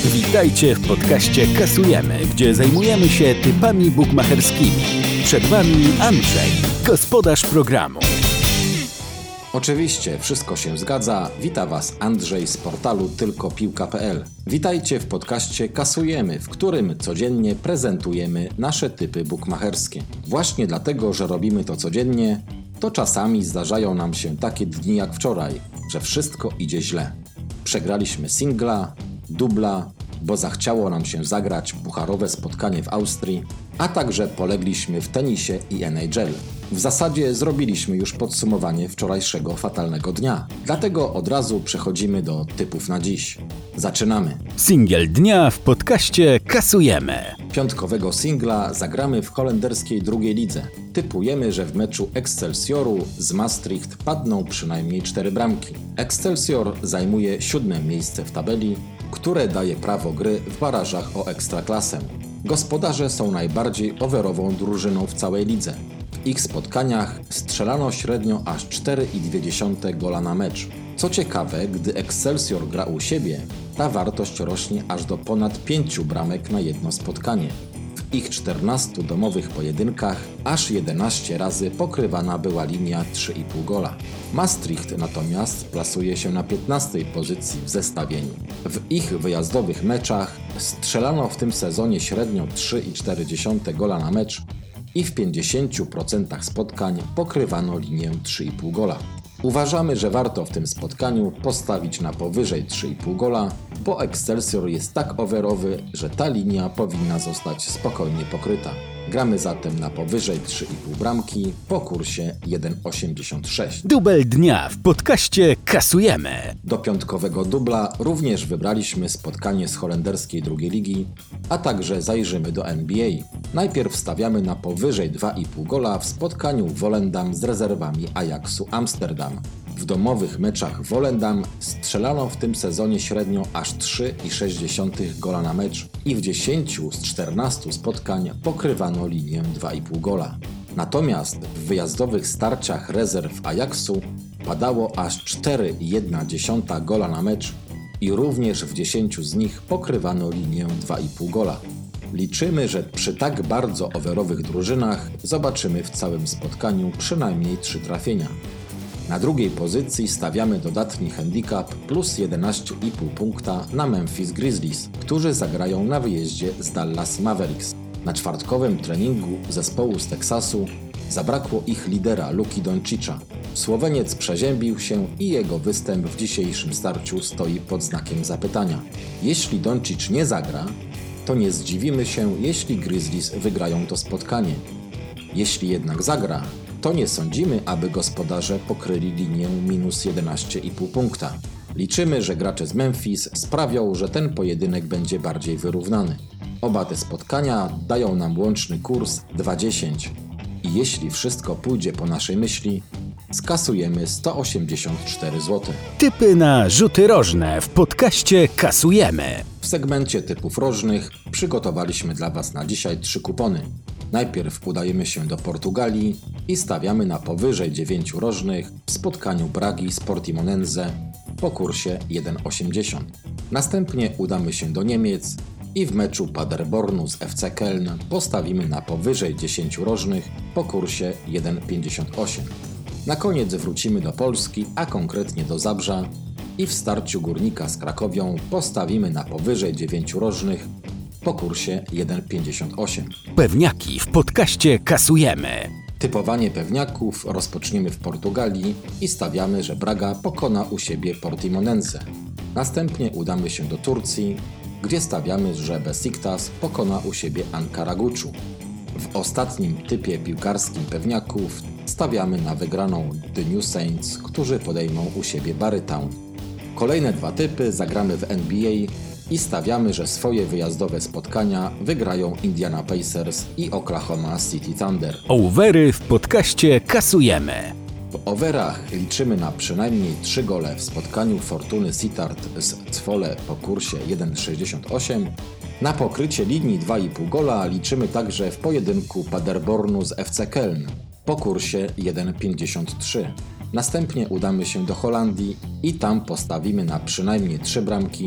Witajcie w podcaście Kasujemy, gdzie zajmujemy się typami bukmacherskimi. Przed Wami Andrzej, gospodarz programu. Oczywiście, wszystko się zgadza. Wita Was Andrzej z portalu tylkopiłka.pl. Witajcie w podcaście Kasujemy, w którym codziennie prezentujemy nasze typy bukmacherskie. Właśnie dlatego, że robimy to codziennie, to czasami zdarzają nam się takie dni jak wczoraj, że wszystko idzie źle. Przegraliśmy singla, dubla, bo zachciało nam się zagrać pucharowe spotkanie w Austrii, a także polegliśmy w tenisie i NHL. W zasadzie zrobiliśmy już podsumowanie wczorajszego fatalnego dnia. Dlatego od razu przechodzimy do typów na dziś. Zaczynamy. Singiel dnia w podcaście Kasujemy. Piątkowego singla zagramy w holenderskiej drugiej lidze. Typujemy, że w meczu Excelsioru z Maastricht padną przynajmniej 4 bramki. Excelsior zajmuje 7. miejsce w tabeli, które daje prawo gry w barażach o Ekstraklasę. Gospodarze są najbardziej overową drużyną w całej lidze. W ich spotkaniach strzelano średnio aż 4,2 gola na mecz. Co ciekawe, gdy Excelsior gra u siebie, ta wartość rośnie aż do ponad 5 bramek na jedno spotkanie. W ich 14 domowych pojedynkach aż 11 razy pokrywana była linia 3,5 gola. Maastricht natomiast plasuje się na 15 pozycji w zestawieniu. W ich wyjazdowych meczach strzelano w tym sezonie średnio 3,4 gola na mecz i w 50% spotkań pokrywano linię 3,5 gola. Uważamy, że warto w tym spotkaniu postawić na powyżej 3,5 gola, bo Excelsior jest tak overowy, że ta linia powinna zostać spokojnie pokryta. Gramy zatem na powyżej 3,5 bramki po kursie 1,86. Dubel dnia w podcaście Kasujemy. Do piątkowego dubla również wybraliśmy spotkanie z holenderskiej drugiej ligi, a także zajrzymy do NBA. Najpierw stawiamy na powyżej 2,5 gola w spotkaniu Volendam z rezerwami Ajaxu Amsterdam. W domowych meczach Volendam strzelano w tym sezonie średnio aż 3,6 gola na mecz i w 10 z 14 spotkań pokrywano linię 2,5 gola. Natomiast w wyjazdowych starciach rezerw Ajaxu padało aż 4,1 gola na mecz i również w 10 z nich pokrywano linię 2,5 gola. Liczymy, że przy tak bardzo overowych drużynach zobaczymy w całym spotkaniu przynajmniej 3 trafienia. Na drugiej pozycji stawiamy dodatni handicap plus 11,5 punkta na Memphis Grizzlies, którzy zagrają na wyjeździe z Dallas Mavericks. Na czwartkowym treningu zespołu z Teksasu zabrakło ich lidera Luki Doncicza. Słoweniec przeziębił się i jego występ w dzisiejszym starciu stoi pod znakiem zapytania. Jeśli Doncic nie zagra, to nie zdziwimy się, jeśli Grizzlies wygrają to spotkanie. Jeśli jednak zagra, to nie sądzimy, aby gospodarze pokryli linię minus 11,5 punkta. Liczymy, że gracze z Memphis sprawią, że ten pojedynek będzie bardziej wyrównany. Oba te spotkania dają nam łączny kurs 2,10 i jeśli wszystko pójdzie po naszej myśli, skasujemy 184 zł. Typy na rzuty rożne w podcaście Kasujemy. W segmencie typów rożnych przygotowaliśmy dla Was na dzisiaj 3 kupony. Najpierw udajemy się do Portugalii i stawiamy na powyżej 9 rożnych w spotkaniu Bragi z Portimonense po kursie 1,80. Następnie udamy się do Niemiec i w meczu Paderbornu z FC Köln postawimy na powyżej 10 rożnych po kursie 1,58. Na koniec wrócimy do Polski, a konkretnie do Zabrza i w starciu Górnika z Krakowią postawimy na powyżej 9 rożnych po kursie 1,58. Pewniaki w podcaście Kasujemy. Typowanie pewniaków rozpoczniemy w Portugalii i stawiamy, że Braga pokona u siebie Portimonense. Następnie udamy się do Turcji, gdzie stawiamy, że Besiktas pokona u siebie Ankara-Guczu. W ostatnim typie piłkarskim pewniaków stawiamy na wygraną The New Saints, którzy podejmą u siebie Barry Town. Kolejne 2 typy zagramy w NBA i stawiamy, że swoje wyjazdowe spotkania wygrają Indiana Pacers i Oklahoma City Thunder. Overy w podcaście Kasujemy. W overach liczymy na przynajmniej 3 gole w spotkaniu Fortuny Sittard z Zwolle po kursie 1,68. Na pokrycie linii 2,5 gola liczymy także w pojedynku Paderbornu z FC Köln po kursie 1,53. Następnie udamy się do Holandii i tam postawimy na przynajmniej 3 bramki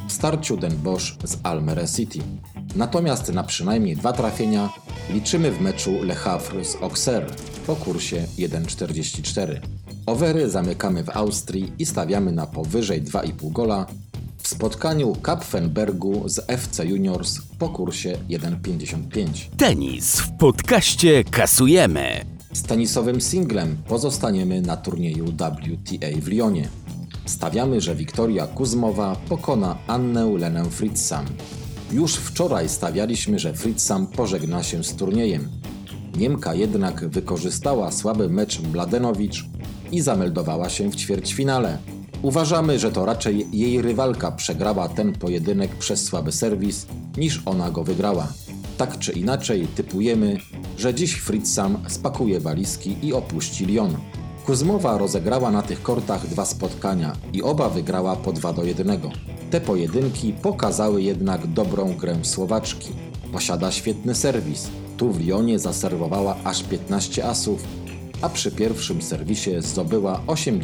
w starciu Den Bosch z Almere City. Natomiast na przynajmniej 2 trafienia liczymy w meczu Le Havre z Auxerre po kursie 1,44. Overy zamykamy w Austrii i stawiamy na powyżej 2,5 gola w spotkaniu Kapfenbergu z FC Juniors po kursie 1,55. Tenis w podcaście kasujemy. Z tenisowym singlem pozostaniemy na turnieju WTA w Lyonie. Stawiamy, że Wiktoria Kuzmowa pokona Annę Lenę Friedsam. Już wczoraj stawialiśmy, że Friedsam pożegna się z turniejem. Niemka jednak wykorzystała słaby mecz Mladenovic i zameldowała się w ćwierćfinale. Uważamy, że to raczej jej rywalka przegrała ten pojedynek przez słaby serwis, niż ona go wygrała. Tak czy inaczej typujemy, że dziś Friedsam spakuje walizki i opuści Lyon. Kuzmowa rozegrała na tych kortach 2 spotkania i oba wygrała po 2-1. Te pojedynki pokazały jednak dobrą grę Słowaczki. Posiada świetny serwis. Tu w Lyonie zaserwowała aż 15 asów, a przy pierwszym serwisie zdobyła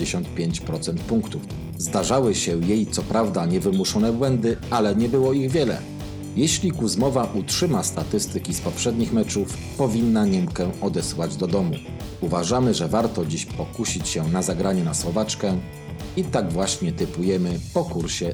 85% punktów. Zdarzały się jej co prawda niewymuszone błędy, ale nie było ich wiele. Jeśli Kuzmowa utrzyma statystyki z poprzednich meczów, powinna Niemkę odesłać do domu. Uważamy, że warto dziś pokusić się na zagranie na Słowaczkę i tak właśnie typujemy po kursie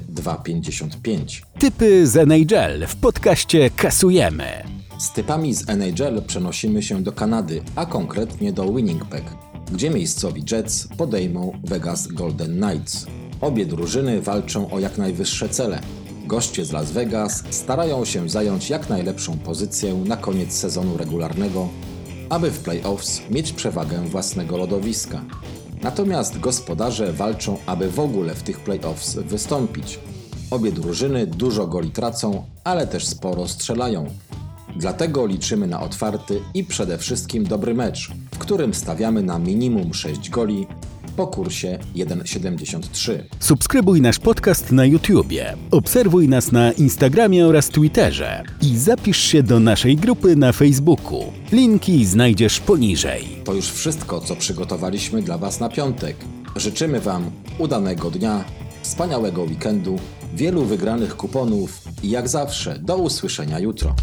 2,55. Typy z NHL w podcaście kasujemy. Z typami z NHL przenosimy się do Kanady, a konkretnie do Winnipeg, gdzie miejscowi Jets podejmą Vegas Golden Knights. Obie drużyny walczą o jak najwyższe cele. Goście z Las Vegas starają się zająć jak najlepszą pozycję na koniec sezonu regularnego, aby w playoffs mieć przewagę własnego lodowiska. Natomiast gospodarze walczą, aby w ogóle w tych playoffs wystąpić. Obie drużyny dużo goli tracą, ale też sporo strzelają. Dlatego liczymy na otwarty i przede wszystkim dobry mecz, w którym stawiamy na minimum 6 goli po kursie 1,73. Subskrybuj nasz podcast na YouTubie, obserwuj nas na Instagramie oraz Twitterze i zapisz się do naszej grupy na Facebooku. Linki znajdziesz poniżej. To już wszystko, co przygotowaliśmy dla Was na piątek. Życzymy Wam udanego dnia, wspaniałego weekendu, wielu wygranych kuponów i jak zawsze do usłyszenia jutro.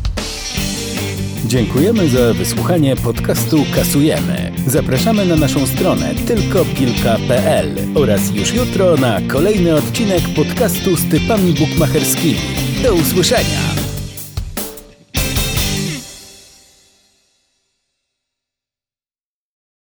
Dziękujemy za wysłuchanie podcastu Kasujemy. Zapraszamy na naszą stronę tylkopilka.pl oraz już jutro na kolejny odcinek podcastu z typami bukmacherskimi. Do usłyszenia!